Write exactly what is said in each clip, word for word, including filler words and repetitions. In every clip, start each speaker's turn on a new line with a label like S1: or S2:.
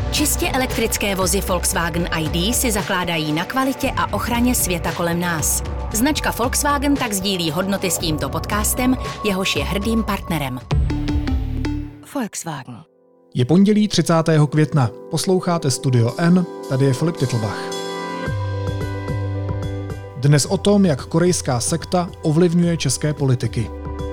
S1: Čistě elektrické vozy Volkswagen I D si zakládají na kvalitě a ochraně světa kolem nás. Značka Volkswagen tak sdílí hodnoty s tímto podcastem, jehož je hrdým partnerem. Volkswagen.
S2: Je pondělí třicátého května. Posloucháte Studio N, tady je Filip Titlbach. Dnes o tom, jak korejská sekta ovlivňuje české politiky.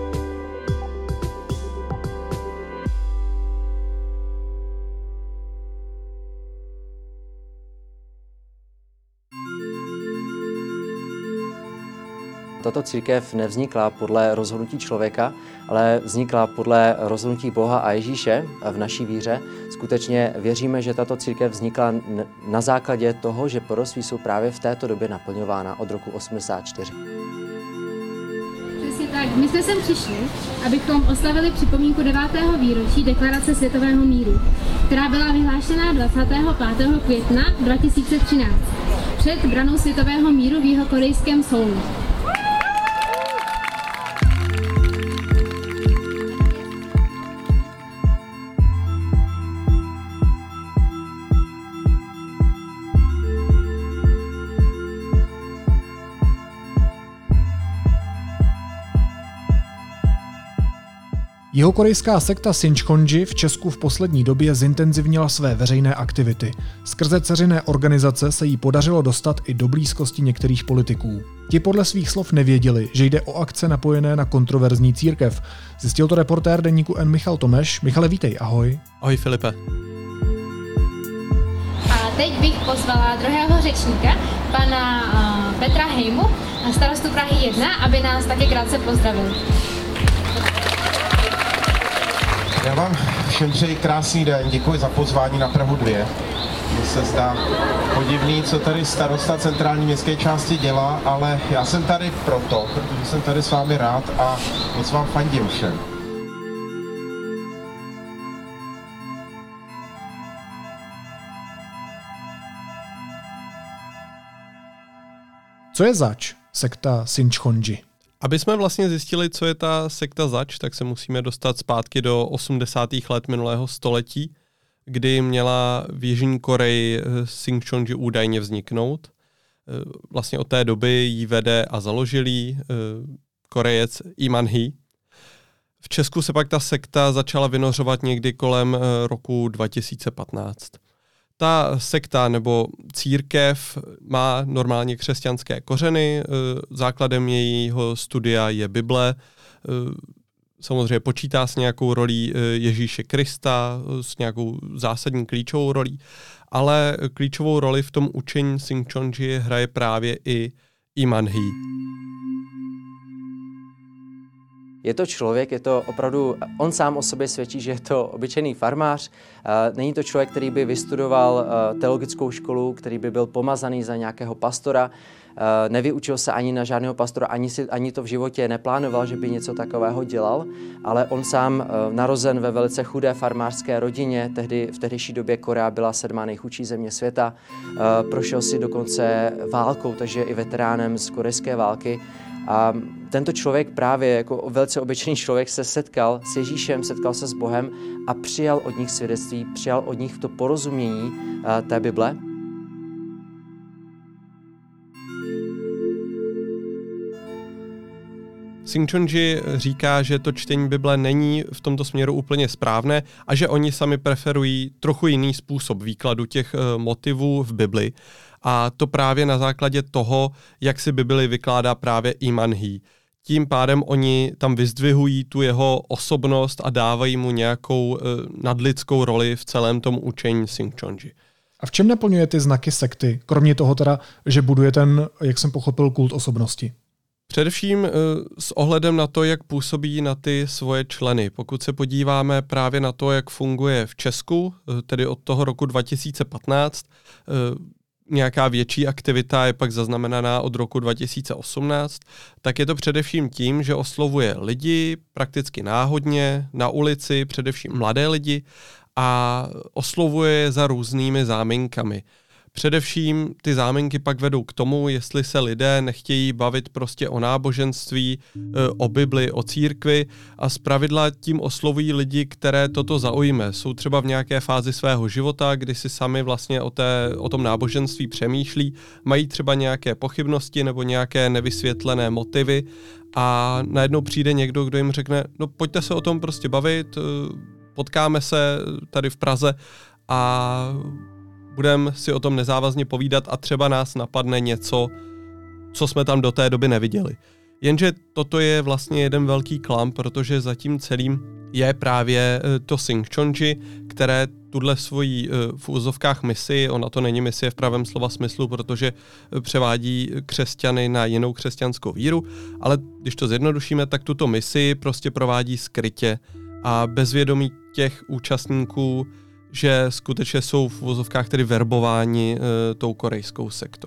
S3: Tato církev nevznikla podle rozhodnutí člověka, ale vznikla podle rozhodnutí Boha a Ježíše v naší víře. Skutečně věříme, že tato církev vznikla na základě toho, že proroctví jsou právě v této době naplňována od roku osmdesát čtyři.
S4: Přesně tak. My jsme sem přišli, abychom oslavili připomínku devátého výročí Deklarace světového míru, která byla vyhlášena dvacátého pátého května dva tisíce třináct před branou světového míru v jihokorejském Soulu.
S2: Jihokorejská sekta Sinchonji v Česku v poslední době zintenzivnila své veřejné aktivity. Skrze dceřiné organizace se jí podařilo dostat i do blízkosti některých politiků. Ti podle svých slov nevěděli, že jde o akce napojené na kontroverzní církev. Zjistil to reportér deníku N Michal Tomeš. Michale, vítej, ahoj.
S5: Ahoj Filipe.
S4: A teď bych pozvala druhého řečníka, pana uh, Petra Hejmu, starostu Prahy jedna, aby nás taky krátce pozdravil.
S6: Já vám všem přeji krásný den, děkuji za pozvání na Prahu dva. Mně se zdá podivný, co tady starosta centrální městské části dělá, ale já jsem tady proto, protože jsem tady s vámi rád a moc vám fandím všem.
S2: Co je zač sekta Sinchonji?
S5: Aby jsme vlastně zjistili, co je ta sekta zač, tak se musíme dostat zpátky do osmdesátých let minulého století, kdy měla v Jižní Koreji Sinchonji údajně vzniknout. Vlastně od té doby ji vede a založil ji Korejec Lee Man-hee. V Česku se pak ta sekta začala vynořovat někdy kolem roku dva tisíce patnáct. Ta sekta nebo církev má normálně křesťanské kořeny, základem jejího studia je Bible, samozřejmě počítá s nějakou rolí Ježíše Krista, s nějakou zásadní klíčovou rolí, ale klíčovou roli v tom učení Sinchonji hraje právě i Lee Man-hee.
S3: Je to člověk, je to opravdu, on sám o sobě svědčí, že je to obyčejný farmář. Není to člověk, který by vystudoval teologickou školu, který by byl pomazaný za nějakého pastora. Nevyučil se ani na žádného pastora, ani, si, ani to v životě neplánoval, že by něco takového dělal, ale on sám narozen ve velice chudé farmářské rodině, tehdy v tehdejší době Korea byla sedmá nejchudší země světa, prošel si dokonce válkou, takže i veteránem z korejské války. A tento člověk právě jako velice obyčejný člověk se setkal s Ježíšem, setkal se s Bohem a přijal od nich svědectví, přijal od nich to porozumění uh, té Bible.
S5: Sinchonji říká, že to čtení Bible není v tomto směru úplně správné a že oni sami preferují trochu jiný způsob výkladu těch uh, motivů v Bibli. A to právě na základě toho, jak si Bibli vykládá právě Lee Man-hee. Tím pádem oni tam vyzdvihují tu jeho osobnost a dávají mu nějakou uh, nadlidskou roli v celém tom učení Sinchonji.
S2: A v čem naplňuje ty znaky sekty, kromě toho teda, že buduje ten, jak jsem pochopil, kult osobnosti?
S5: Především s ohledem na to, jak působí na ty svoje členy. Pokud se podíváme právě na to, jak funguje v Česku, tedy od toho roku dva tisíce patnáct, nějaká větší aktivita je pak zaznamenaná od roku dva tisíce osmnáct, tak je to především tím, že oslovuje lidi prakticky náhodně, na ulici, především mladé lidi a oslovuje je za různými záminkami. Především ty záminky pak vedou k tomu, jestli se lidé nechtějí bavit prostě o náboženství, o Bibli, o církvi a zpravidla tím oslovují lidi, které toto zaujme. Jsou třeba v nějaké fázi svého života, kdy si sami vlastně o, té, o tom náboženství přemýšlí, mají třeba nějaké pochybnosti nebo nějaké nevysvětlené motivy a najednou přijde někdo, kdo jim řekne, no pojďte se o tom prostě bavit, potkáme se tady v Praze a budeme si o tom nezávazně povídat a třeba nás napadne něco, co jsme tam do té doby neviděli. Jenže toto je vlastně jeden velký klam, protože za tím celým je právě to Singchonji, které tuhle svojí v úzovkách misi, ona to není misie v pravém slova smyslu, protože převádí křesťany na jinou křesťanskou víru, ale když to zjednodušíme, tak tuto misi prostě provádí skrytě a bez vědomí těch účastníků, že skutečně jsou v uvozovkách tedy verbováni e, tou korejskou sektou.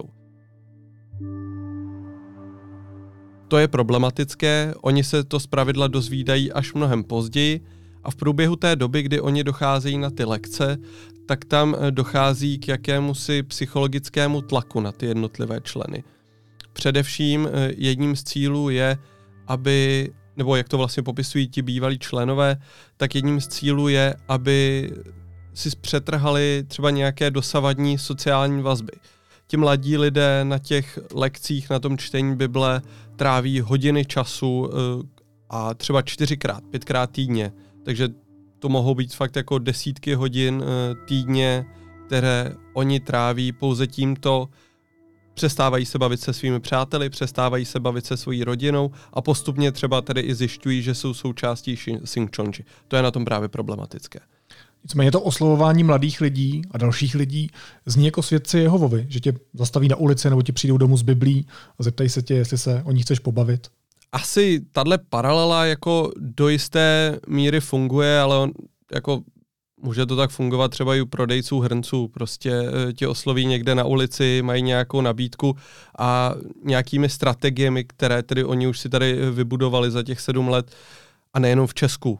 S5: To je problematické, oni se to zpravidla dozvídají až mnohem později a v průběhu té doby, kdy oni docházejí na ty lekce, tak tam dochází k jakémusi psychologickému tlaku na ty jednotlivé členy. Především e, jedním z cílů je, aby, nebo jak to vlastně popisují ti bývalí členové, tak jedním z cílů je, aby si přetrhali třeba nějaké dosavadní sociální vazby. Ti mladí lidé na těch lekcích, na tom čtení Bible tráví hodiny času a třeba čtyřikrát, pětkrát týdně. Takže to mohou být fakt jako desítky hodin týdně, které oni tráví pouze tímto. Přestávají se bavit se svými přáteli, přestávají se bavit se svojí rodinou a postupně třeba tedy i zjišťují, že jsou součástí Singchonji. To je na tom právě problematické.
S2: Nicméně to oslovování mladých lidí a dalších lidí zní jako svědci Jehovovi, že tě zastaví na ulici nebo ti přijdou domů z Biblí a zeptají se tě, jestli se o ní chceš pobavit.
S5: Asi tahle paralela jako do jisté míry funguje, ale on jako může to tak fungovat třeba i u prodejců hrnců. Prostě tě osloví někde na ulici, mají nějakou nabídku a nějakými strategiemi, které tedy oni už si tady vybudovali za těch sedm let a nejenom v Česku.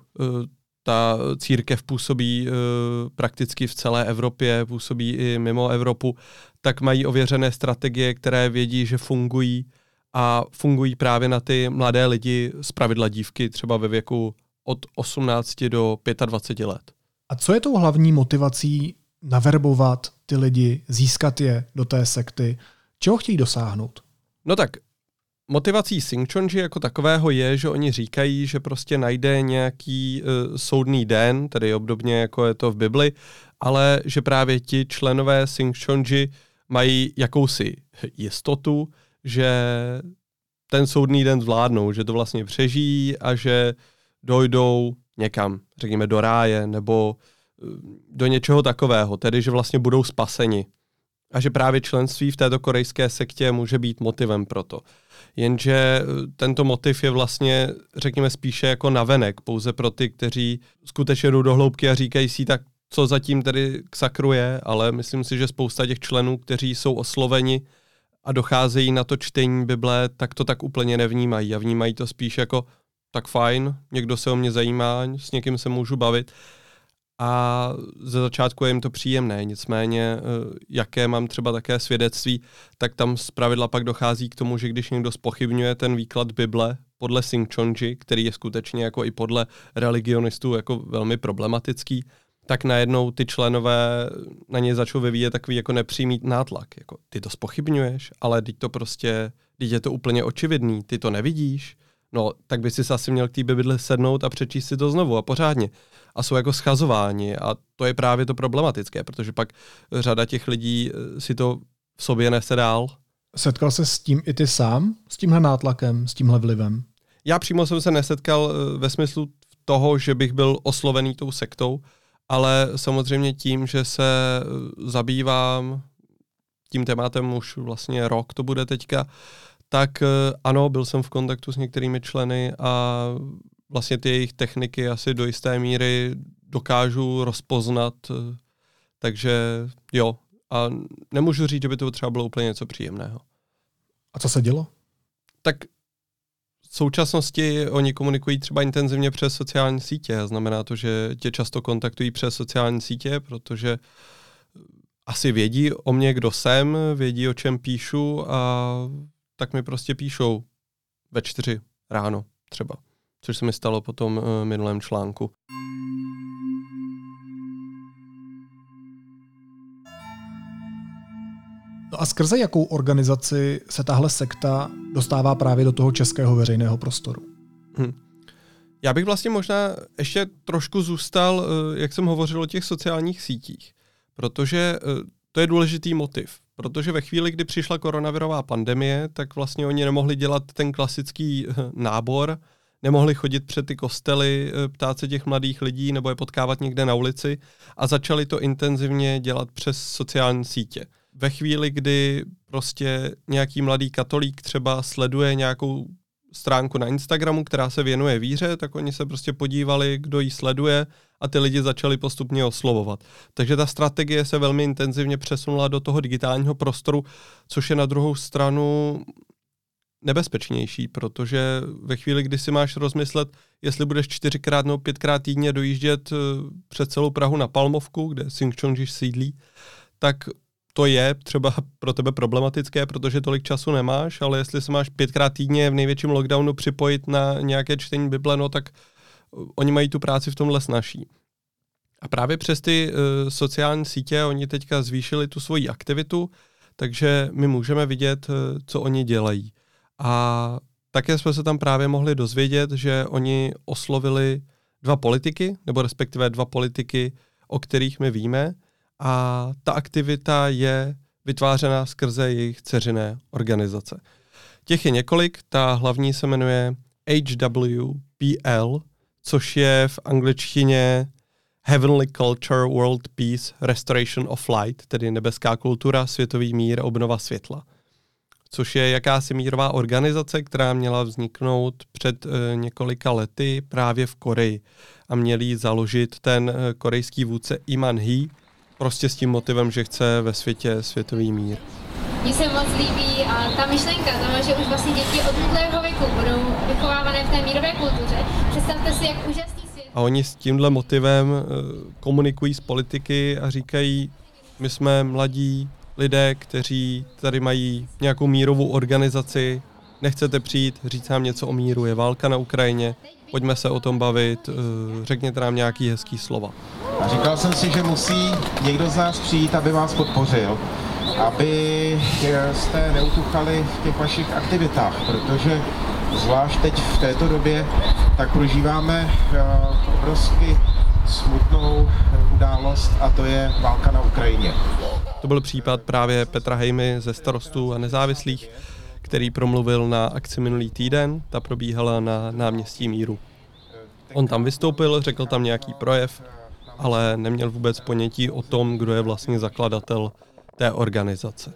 S5: Ta církev působí e, prakticky v celé Evropě, působí i mimo Evropu, tak mají ověřené strategie, které vědí, že fungují a fungují právě na ty mladé lidi, zpravidla dívky, třeba ve věku od osmnácti do dvaceti pěti let.
S2: A co je tou hlavní motivací naverbovat ty lidi, získat je do té sekty? Čeho chtějí dosáhnout?
S5: No tak, motivací Singchonji jako takového je, že oni říkají, že prostě najde nějaký uh, soudný den, tedy obdobně jako je to v Bibli, ale že právě ti členové Singchonji mají jakousi jistotu, že ten soudný den zvládnou, že to vlastně přežijí a že dojdou někam, řekněme do ráje nebo uh, do něčeho takového, tedy že vlastně budou spaseni. A že právě členství v této korejské sektě může být motivem pro to. Jenže tento motiv je vlastně, řekněme, spíše jako navenek, pouze pro ty, kteří skutečně jdou do hloubky a říkají si, tak co zatím tedy k sakru je, ale myslím si, že spousta těch členů, kteří jsou osloveni a docházejí na to čtení Bible, tak to tak úplně nevnímají a vnímají to spíš jako tak fajn, někdo se o mě zajímá, s někým se můžu bavit. A ze začátku je jim to příjemné, nicméně jaké mám třeba také svědectví, tak tam zpravidla pak dochází k tomu, že když někdo zpochybňuje ten výklad Bible podle Singchonji, který je skutečně jako i podle religionistů jako velmi problematický, tak najednou ty členové na ně začnou vyvíjet takový jako nepřímý nátlak. Jako, ty to zpochybňuješ, ale teď to prostě, teď je to úplně očividný, ty to nevidíš, no tak by si asi měl k té Bibli sednout a přečíst si to znovu a pořádně. A jsou jako schazováni a to je právě to problematické, protože pak řada těch lidí si to v sobě nese dál.
S2: Setkal se s tím i ty sám? S tímhle nátlakem, s tímhle vlivem?
S5: Já přímo jsem se nesetkal ve smyslu toho, že bych byl oslovený tou sektou, ale samozřejmě tím, že se zabývám tím tématem už vlastně rok to bude teďka, tak ano, byl jsem v kontaktu s některými členy a vlastně ty jejich techniky asi do jisté míry dokážu rozpoznat, takže jo. A nemůžu říct, že by to třeba bylo úplně něco příjemného.
S2: A co se dělo?
S5: Tak v současnosti oni komunikují třeba intenzivně přes sociální sítě. Znamená to, že tě často kontaktují přes sociální sítě, protože asi vědí o mě, kdo jsem, vědí, o čem píšu a tak mi prostě píšou ve čtyři ráno třeba, což se mi stalo po tom uh, minulém článku.
S2: No a skrze jakou organizaci se tahle sekta dostává právě do toho českého veřejného prostoru?
S5: Hm. Já bych vlastně možná ještě trošku zůstal, jak jsem hovořil o těch sociálních sítích, protože to je důležitý motiv. Protože ve chvíli, kdy přišla koronavirová pandemie, tak vlastně oni nemohli dělat ten klasický nábor, nemohli chodit před ty kostely, ptát se těch mladých lidí nebo je potkávat někde na ulici a začali to intenzivně dělat přes sociální sítě. Ve chvíli, kdy prostě nějaký mladý katolík třeba sleduje nějakou stránku na Instagramu, která se věnuje víře, tak oni se prostě podívali, kdo ji sleduje a ty lidi začali postupně oslovovat. Takže ta strategie se velmi intenzivně přesunula do toho digitálního prostoru, což je na druhou stranu nebezpečnější, protože ve chvíli, kdy si máš rozmyslet, jestli budeš čtyřikrát nebo pětkrát týdně dojíždět přes celou Prahu na Palmovku, kde Singchonji sídlí, tak to je třeba pro tebe problematické, protože tolik času nemáš, ale jestli se máš pětkrát týdně v největším lockdownu připojit na nějaké čtení Bible, no tak oni mají tu práci v tomhle snazší. A právě přes ty uh, sociální sítě oni teďka zvýšili tu svoji aktivitu, takže my můžeme vidět, uh, co oni dělají. A také jsme se tam právě mohli dozvědět, že oni oslovili dva politiky, nebo respektive dva politiky, o kterých my víme, a ta aktivita je vytvářena skrze jejich dceřiné organizace. Těch je několik, ta hlavní se jmenuje H W P L, což je v angličtině Heavenly Culture, World Peace, Restoration of Light, tedy nebeská kultura, světový mír, obnova světla. Což je jakási mírová organizace, která měla vzniknout před e, několika lety právě v Koreji. A měl ji založit ten e, korejský vůdce Lee Man-hee, prostě s tím motivem, že chce ve světě světový mír.
S4: Mně se moc líbí a ta myšlenka, tam, že už vlastně děti od útlého věku budou vychovávané v té mírové kultuře. Představte si, jak úžasný svět.
S5: A oni s tímhle motivem komunikují s politiky a říkají, my jsme mladí lidé, kteří tady mají nějakou mírovou organizaci, nechcete přijít, říct nám něco o míru, je válka na Ukrajině, pojďme se o tom bavit, řekněte nám nějaký hezký slova.
S6: A říkal jsem si, že musí někdo z nás přijít, aby vás podpořil, aby jste neutuchali v těch vašich aktivitách, protože zvlášť teď v této době tak prožíváme obrovsky smutnou událost a to je válka na Ukrajině.
S5: To byl případ právě Petra Hejmy ze Starostů a nezávislých, který promluvil na akci minulý týden, ta probíhala na náměstí Míru. On tam vystoupil, řekl tam nějaký projev, ale neměl vůbec ponětí o tom, kdo je vlastně zakladatel té organizace.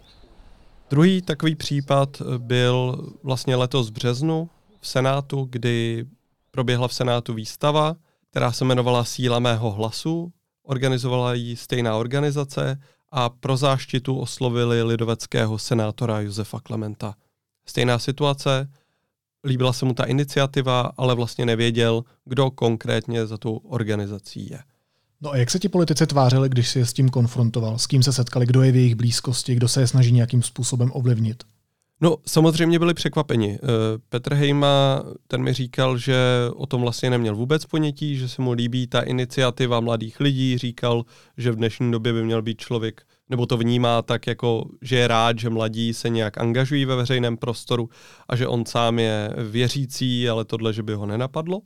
S5: Druhý takový případ byl vlastně letos v březnu v Senátu, kdy proběhla v Senátu výstava, která se jmenovala Síla mého hlasu, organizovala ji stejná organizace a pro záštitu oslovili lidoveckého senátora Josefa Klementa. Stejná situace, líbila se mu ta iniciativa, ale vlastně nevěděl, kdo konkrétně za tou organizací je.
S2: No a jak se ti politici tvářili, když si je s tím konfrontoval? S kým se setkali, kdo je v jejich blízkosti, kdo se je snaží nějakým způsobem ovlivnit?
S5: No, samozřejmě byli překvapeni. Petr Hejma, ten mi říkal, že o tom vlastně neměl vůbec ponětí, že se mu líbí ta iniciativa mladých lidí, říkal, že v dnešní době by měl být člověk, nebo to vnímá tak, jako, že je rád, že mladí se nějak angažují ve veřejném prostoru a že on sám je věřící, ale tohle, že by ho nenapadlo.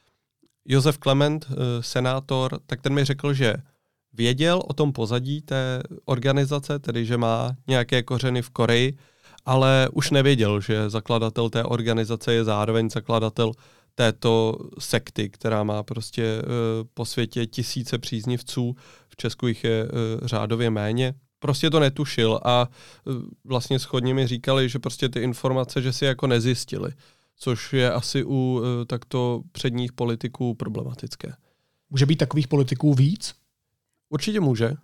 S5: Josef Klement, senátor, tak ten mi řekl, že věděl o tom pozadí té organizace, tedy že má nějaké kořeny v Koreji, ale už nevěděl, že zakladatel té organizace je zároveň zakladatel této sekty, která má prostě e, po světě tisíce příznivců, v Česku jich je e, řádově méně. Prostě to netušil a e, vlastně shodně mi říkali, že prostě ty informace, že si jako nezjistili, což je asi u e, takto předních politiků problematické.
S2: Může být takových politiků víc?
S5: Určitě může.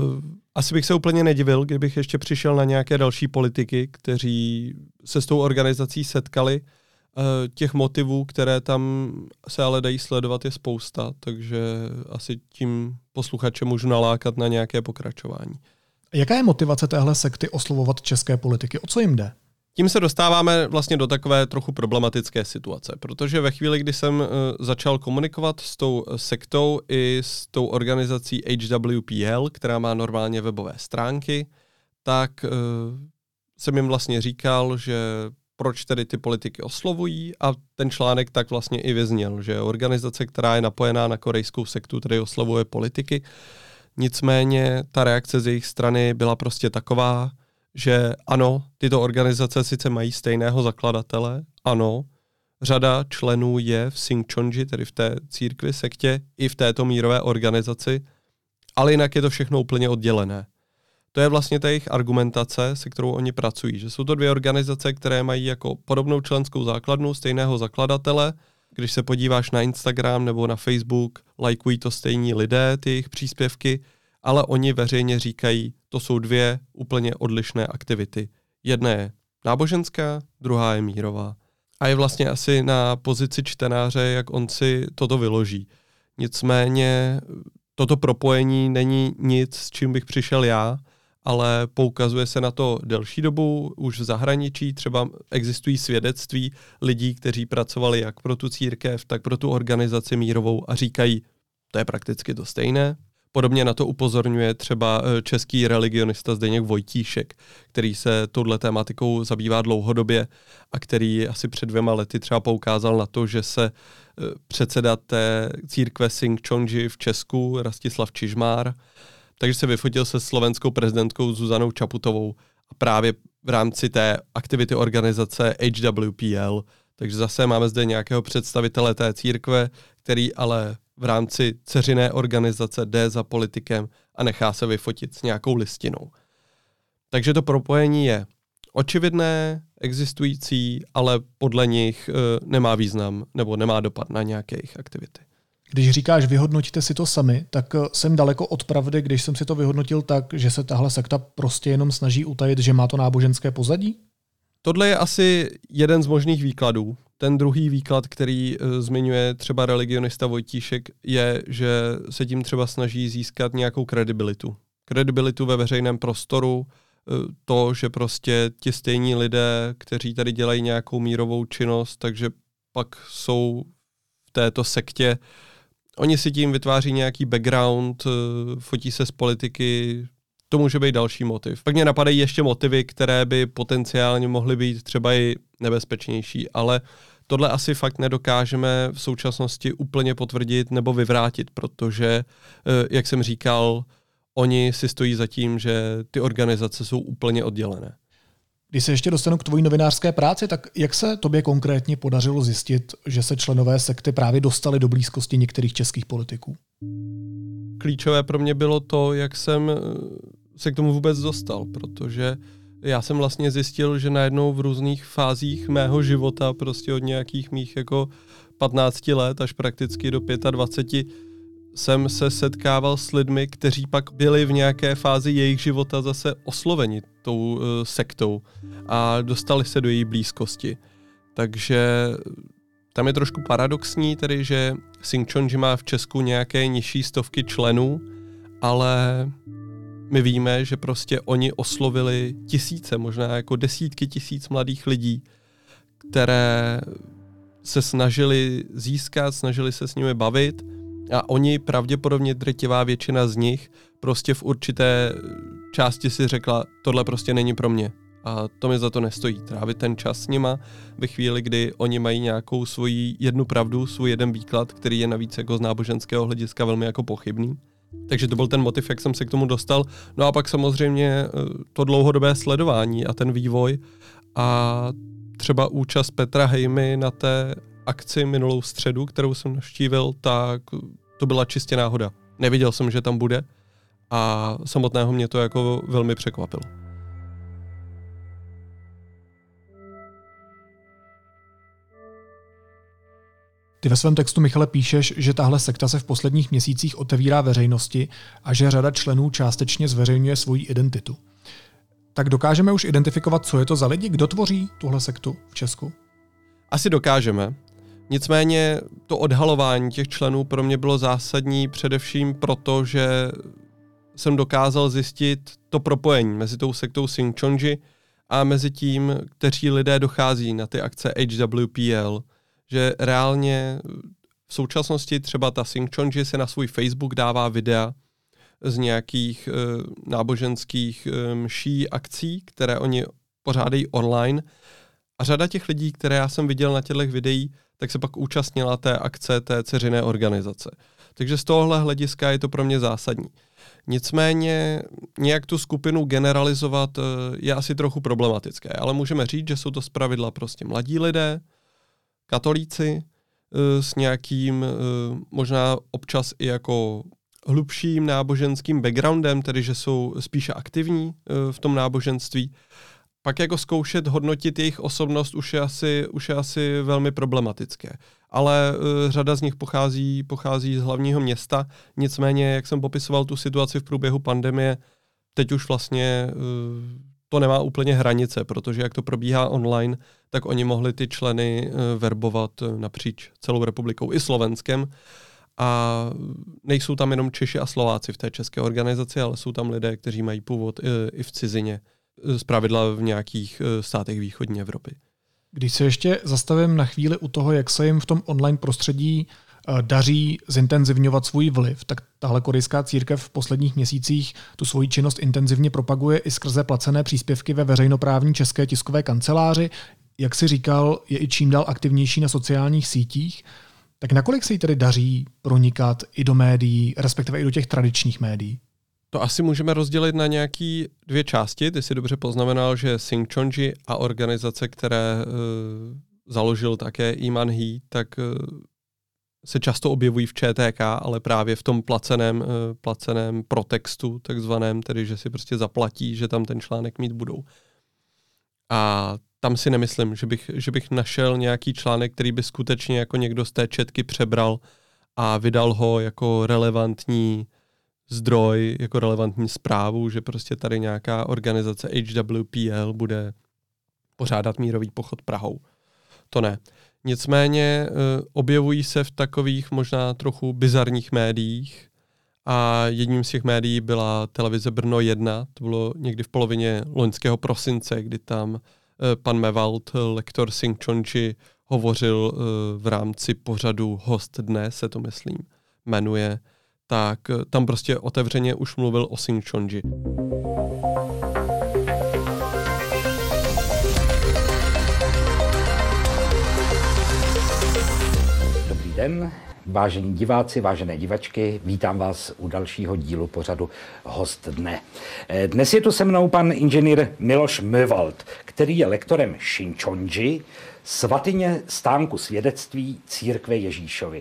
S5: Asi bych se úplně nedivil, kdybych ještě přišel na nějaké další politiky, kteří se s tou organizací setkali. Těch motivů, které tam se ale dají sledovat, je spousta, takže asi tím posluchače můžu nalákat na nějaké pokračování.
S2: Jaká je motivace téhle sekty oslovovat české politiky? O co jim jde?
S5: Tím se dostáváme vlastně do takové trochu problematické situace, protože ve chvíli, kdy jsem uh, začal komunikovat s tou sektou i s tou organizací H W P L, která má normálně webové stránky, tak uh, jsem jim vlastně říkal, že proč tedy ty politiky oslovují a ten článek tak vlastně i vyzněl, že organizace, která je napojená na korejskou sektu, tedy oslovuje politiky. Nicméně ta reakce z jejich strany byla prostě taková, že ano, tyto organizace sice mají stejného zakladatele, ano, řada členů je v Singchonji, tedy v té církvi, sektě, i v této mírové organizaci, ale jinak je to všechno úplně oddělené. To je vlastně ta jejich argumentace, se kterou oni pracují, že jsou to dvě organizace, které mají jako podobnou členskou základnu, stejného zakladatele. Když se podíváš na Instagram nebo na Facebook, lajkují to stejní lidé, ty jejich příspěvky, ale oni veřejně říkají, to jsou dvě úplně odlišné aktivity. Jedna je náboženská, druhá je mírová. A je vlastně asi na pozici čtenáře, jak on si toto vyloží. Nicméně toto propojení není nic, s čím bych přišel já, ale poukazuje se na to delší dobu, už v zahraničí třeba existují svědectví lidí, kteří pracovali jak pro tu církev, tak pro tu organizaci mírovou a říkají, to je prakticky to stejné. Podobně na to upozorňuje třeba český religionista Zdeněk Vojtíšek, který se touhle tématikou zabývá dlouhodobě a který asi před dvěma lety třeba poukázal na to, že se předseda té církve Singchonji v Česku, Rastislav Čižmár, takže se vyfotil se slovenskou prezidentkou Zuzanou Čaputovou a právě v rámci té aktivity organizace H W P L. Takže zase máme zde nějakého představitele té církve, který ale v rámci dceřiné organizace jde za politikem a nechá se vyfotit s nějakou listinou. Takže to propojení je očividné, existující, ale podle nich e, nemá význam nebo nemá dopad na nějaké jejich aktivity.
S2: Když říkáš, vyhodnotíte si to sami, tak jsem daleko od pravdy, když jsem si to vyhodnotil tak, že se tahle sekta prostě jenom snaží utajit, že má to náboženské pozadí?
S5: Tohle je asi jeden z možných výkladů. Ten druhý výklad, který uh, zmiňuje třeba religionista Vojtíšek, je, že se tím třeba snaží získat nějakou kredibilitu. Kredibilitu ve veřejném prostoru, uh, to, že prostě ti stejní lidé, kteří tady dělají nějakou mírovou činnost, takže pak jsou v této sektě. Oni si tím vytváří nějaký background, uh, fotí se z politiky, to může být další motiv. Pak mě napadají ještě motivy, které by potenciálně mohly být třeba i nebezpečnější, ale tohle asi fakt nedokážeme v současnosti úplně potvrdit nebo vyvrátit, protože, jak jsem říkal, oni si stojí za tím, že ty organizace jsou úplně oddělené.
S2: Když se ještě dostanu k tvojí novinářské práci, tak jak se tobě konkrétně podařilo zjistit, že se členové sekty právě dostali do blízkosti některých českých politiků?
S5: Klíčové pro mě bylo to, jak jsem se k tomu vůbec dostal, protože já jsem vlastně zjistil, že najednou v různých fázích mého života, prostě od nějakých mých jako patnácti let až prakticky do dvaceti pěti, jsem se setkával s lidmi, kteří pak byli v nějaké fázi jejich života zase osloveni tou uh, sektou a dostali se do její blízkosti. Takže tam je trošku paradoxní, tedy, že Singchonji má v Česku nějaké nižší stovky členů, ale my víme, že prostě oni oslovili tisíce, možná jako desítky tisíc mladých lidí, které se snažili získat, snažili se s nimi bavit a oni pravděpodobně drtivá většina z nich prostě v určité části si řekla, tohle prostě není pro mě. A to mi za to nestojí. Trávit ten čas s nima ve chvíli, kdy oni mají nějakou svoji jednu pravdu, svůj jeden výklad, který je navíc jako z náboženského hlediska velmi jako pochybný. Takže to byl ten motiv, jak jsem se k tomu dostal. No a pak samozřejmě to dlouhodobé sledování a ten vývoj a třeba účast Petra Hejmy na té akci minulou středu, kterou jsem navštívil, tak to byla čistě náhoda. Neviděl jsem, že tam bude a samotného mě to jako velmi překvapilo.
S2: Ty ve svém textu, Michale, píšeš, že tahle sekta se v posledních měsících otevírá veřejnosti a že řada členů částečně zveřejňuje svoji identitu. Tak dokážeme už identifikovat, co je to za lidi? Kdo tvoří tuhle sektu v Česku?
S5: Asi dokážeme. Nicméně to odhalování těch členů pro mě bylo zásadní především proto, že jsem dokázal zjistit to propojení mezi tou sektou Singchonji a mezi tím, kteří lidé dochází na ty akce H W P L, že reálně v současnosti třeba ta Singchonji se na svůj Facebook dává videa z nějakých e, náboženských e, mší akcí, které oni pořádají online. A řada těch lidí, které já jsem viděl na těchto videích, tak se pak účastnila té akce té dceřiné organizace. Takže z tohohle hlediska je to pro mě zásadní. Nicméně nějak tu skupinu generalizovat je asi trochu problematické, ale můžeme říct, že jsou to zpravidla prostě mladí lidé, katolíci, s nějakým možná občas i jako hlubším náboženským backgroundem, tedy že jsou spíše aktivní v tom náboženství. Pak jako zkoušet hodnotit jejich osobnost už je asi, už je asi velmi problematické. Ale uh, řada z nich pochází, pochází z hlavního města, nicméně, jak jsem popisoval tu situaci v průběhu pandemie, teď už vlastně uh, to nemá úplně hranice, protože jak to probíhá online, tak oni mohli ty členy uh, verbovat uh, napříč celou republikou i Slovenskem. A nejsou tam jenom Češi a Slováci v té české organizaci, ale jsou tam lidé, kteří mají původ uh, i v cizině, zpravidla v nějakých uh, státech východní Evropy.
S2: Když se ještě zastavím na chvíli u toho, jak se jim v tom online prostředí daří zintenzivňovat svůj vliv, tak tahle korejská církev v posledních měsících tu svoji činnost intenzivně propaguje i skrze placené příspěvky ve veřejnoprávní české tiskové kanceláři. Jak si říkal, je i čím dál aktivnější na sociálních sítích. Tak nakolik se jí tedy daří pronikat i do médií, respektive i do těch tradičních médií?
S5: To asi můžeme rozdělit na nějaké dvě části. Ty si dobře poznamenal, že Singchonji a organizace, které uh, založil také Lee Man-hee, tak uh, se často objevují v Č T K, ale právě v tom placeném, uh, placeném protextu, takzvaném, tedy že si prostě zaplatí, že tam ten článek mít budou. A tam si nemyslím, že bych, že bych našel nějaký článek, který by skutečně jako někdo z té četky přebral a vydal ho jako relevantní zdroj, jako relevantní zprávu, že prostě tady nějaká organizace H W P L bude pořádat mírový pochod Prahou. To ne. Nicméně objevují se v takových možná trochu bizarních médiích a jedním z těch médií byla televize Brno jedna, to bylo někdy v polovině loňského prosince, kdy tam pan Mewald, lektor Singchonji, hovořil v rámci pořadu Host dne, se to myslím, jmenuje, tak tam prostě otevřeně už mluvil o Singchonji.
S7: Dobrý den, vážení diváci, vážené divačky, vítám vás u dalšího dílu pořadu Host dne. Dnes je tu se mnou pan inženýr Miloš Mewald, který je lektorem Singchonji, svatyně stánku svědectví Církve Ježíšovy.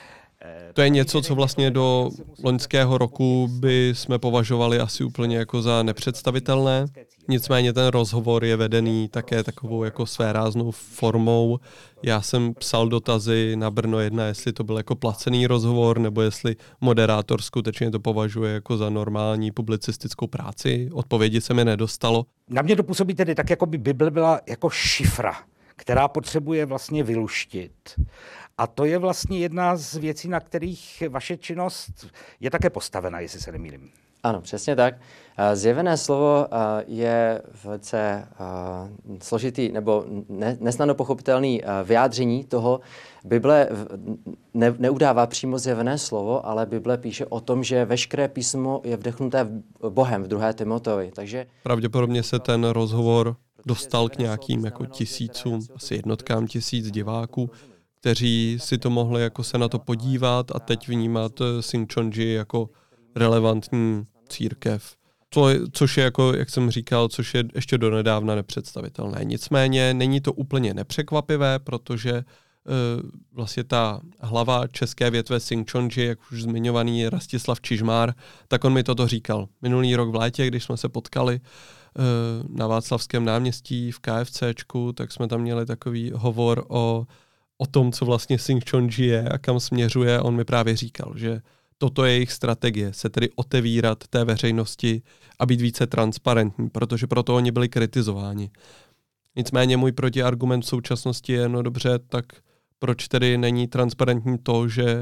S5: To je něco, co vlastně do loňského roku by jsme považovali asi úplně jako za nepředstavitelné. Nicméně ten rozhovor je vedený také takovou jako svéráznou formou. Já jsem psal dotazy na Brno jedna, jestli to byl jako placený rozhovor, nebo jestli moderátor skutečně to považuje jako za normální publicistickou práci. Odpovědi se mi nedostalo.
S7: Na mě to působí tedy tak, jako by Bible byla jako šifra, která potřebuje vlastně vyluštit. A to je vlastně jedna z věcí, na kterých vaše činnost je také postavena, jestli se nemýlím.
S3: Ano, přesně tak. Zjevené slovo je velice složitý nebo nesnadno pochopitelný vyjádření toho. Bible ne, neudává přímo zjevené slovo, ale Bible píše o tom, že veškeré písmo je vdechnuté Bohem v druhé Timoteovi. Takže
S5: pravděpodobně se ten rozhovor dostal k nějakým jako tisícům, asi jednotkám tisíc diváků, kteří si to mohli jako se na to podívat a teď vnímat Singchonji jako relevantní církev. Co, což je, jako, jak jsem říkal, což je ještě donedávna nepředstavitelné. Nicméně není to úplně nepřekvapivé, protože e, vlastně ta hlava české větve Singchonji, jak už zmiňovaný Rastislav Čižmár, tak on mi toto říkal. Minulý rok v létě, když jsme se potkali e, na Václavském náměstí v KFCčku, tak jsme tam měli takový hovor o o tom, co vlastně Singchonji je a kam směřuje. On mi právě říkal, že toto je jejich strategie, se tedy otevírat té veřejnosti a být více transparentní, protože proto oni byli kritizováni. Nicméně můj protiargument v současnosti je, no dobře, tak proč tedy není transparentní to, že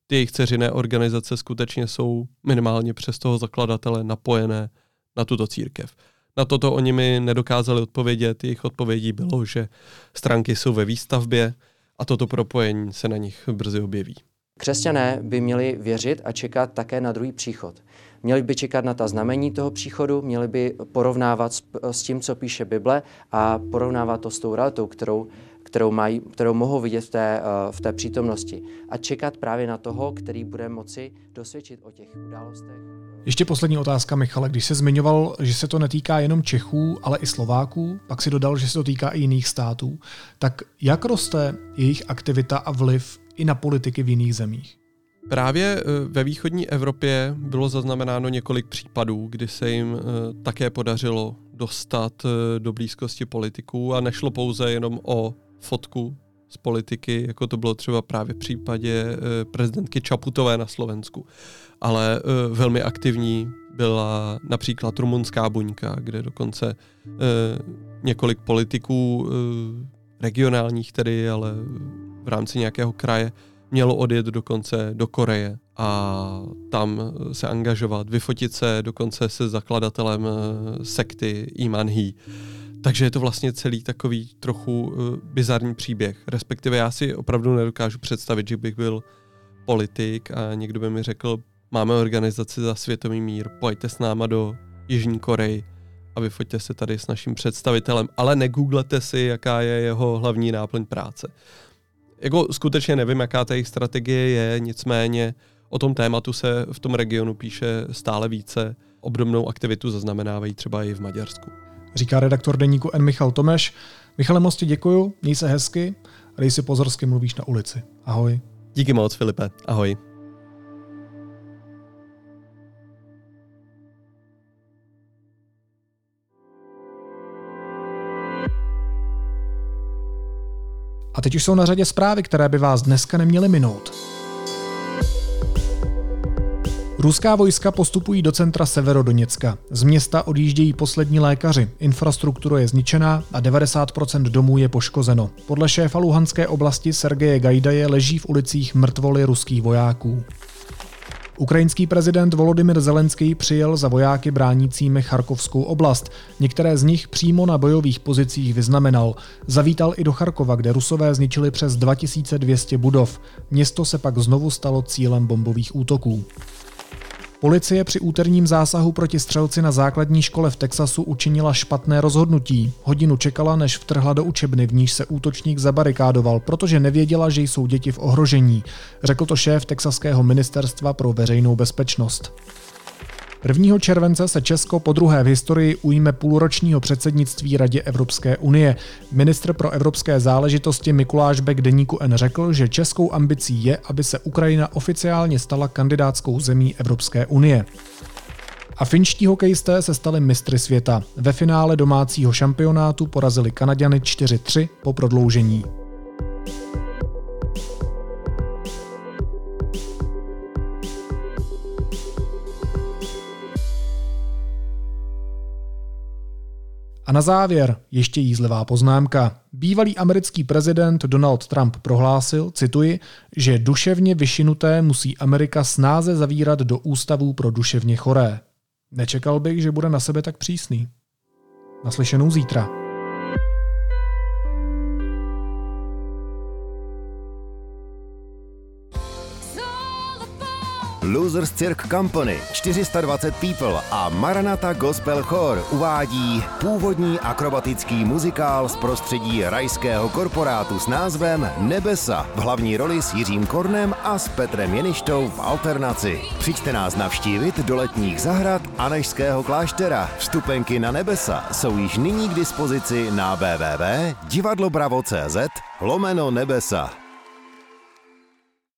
S5: ty jejich dceřiné organizace skutečně jsou minimálně přes toho zakladatele napojené na tuto církev. Na toto oni mi nedokázali odpovědět, jejich odpovědí bylo, že stránky jsou ve výstavbě a toto propojení se na nich brzy objeví.
S3: Křesťané by měli věřit a čekat také na druhý příchod. Měli by čekat na ta znamení toho příchodu, měli by porovnávat s, s tím, co píše Bible a porovnávat to s tou realitou, kterou, kterou, mají, kterou mohou vidět v té, v té přítomnosti. A čekat právě na toho, který bude moci dosvědčit o těch událostech.
S2: Ještě poslední otázka, Michale. Když se zmiňoval, že se to netýká jenom Čechů, ale i Slováků, pak si dodal, že se to týká i jiných států, tak jak roste jejich aktivita a vliv i na politiky v jiných zemích?
S5: Právě ve východní Evropě bylo zaznamenáno několik případů, kdy se jim také podařilo dostat do blízkosti politiků a nešlo pouze jenom o fotku z politiky, jako to bylo třeba právě v případě prezidentky Čaputové na Slovensku. Ale velmi aktivní byla například rumunská buňka, kde dokonce několik politiků regionálních tedy, ale v rámci nějakého kraje mělo odjet dokonce do Koreje a tam se angažovat, vyfotit se dokonce se zakladatelem sekty Iman Hee. Takže je to vlastně celý takový trochu bizarní příběh. Respektive já si opravdu nedokážu představit, že bych byl politik a někdo by mi řekl, máme organizaci za světový mír, pojďte s náma do Jižní Koreji a vyfoťte se tady s naším představitelem, ale negooglete si, jaká je jeho hlavní náplň práce. Jako skutečně nevím, jaká ta jejich strategie je, nicméně o tom tématu se v tom regionu píše stále více. Obdobnou aktivitu zaznamenávají třeba i v Maďarsku.
S2: Říká redaktor deníku N. Michal Tomeš. Michale, moc ti děkuju, měj se hezky a dej si pozor, s kým mluvíš na ulici. Ahoj.
S5: Díky moc, Filipe. Ahoj.
S2: A teď už jsou na řadě zprávy, které by vás dneska neměly minout. Ruská vojska postupují do centra Severodoněcka. Z města odjíždějí poslední lékaři, infrastruktura je zničená a devadesát procent domů je poškozeno. Podle šéfa Luhanské oblasti Sergeje Gajdaje leží v ulicích mrtvoly ruských vojáků. Ukrajinský prezident Volodymyr Zelenský přijel za vojáky bránícími Charkovskou oblast. Některé z nich přímo na bojových pozicích vyznamenal. Zavítal i do Charkova, kde Rusové zničili přes dva tisíce dvě stě budov. Město se pak znovu stalo cílem bombových útoků. Policie při úterním zásahu proti střelci na základní škole v Texasu učinila špatné rozhodnutí. Hodinu čekala, než vtrhla do učebny, v níž se útočník zabarikádoval, protože nevěděla, že jsou děti v ohrožení. Řekl to šéf texaského ministerstva pro veřejnou bezpečnost. prvního července se Česko podruhé v historii ujme půlročního předsednictví Radě Evropské unie. Ministr pro evropské záležitosti Mikuláš Bek deníku N řekl, že českou ambicí je, aby se Ukrajina oficiálně stala kandidátskou zemí Evropské unie. A finští hokejisté se stali mistry světa. Ve finále domácího šampionátu porazili Kanaďany čtyři tři po prodloužení. A na závěr ještě jízlivá poznámka. Bývalý americký prezident Donald Trump prohlásil, cituji, že duševně vyšinuté musí Amerika snáze zavírat do ústavů pro duševně choré. Nečekal bych, že bude na sebe tak přísný. Naslyšenou zítra.
S8: Losers Cirque Company, čtyři sta dvacet People a Maranatha Gospel Choir uvádí původní akrobatický muzikál z prostředí rajského korporátu s názvem Nebesa v hlavní roli s Jiřím Kornem a s Petrem Jeništou v alternaci. Přijďte nás navštívit do letních zahrad Anežského kláštera. Vstupenky na Nebesa jsou již nyní k dispozici na w w w tečka divadlobravo tečka cz lomeno nebesa.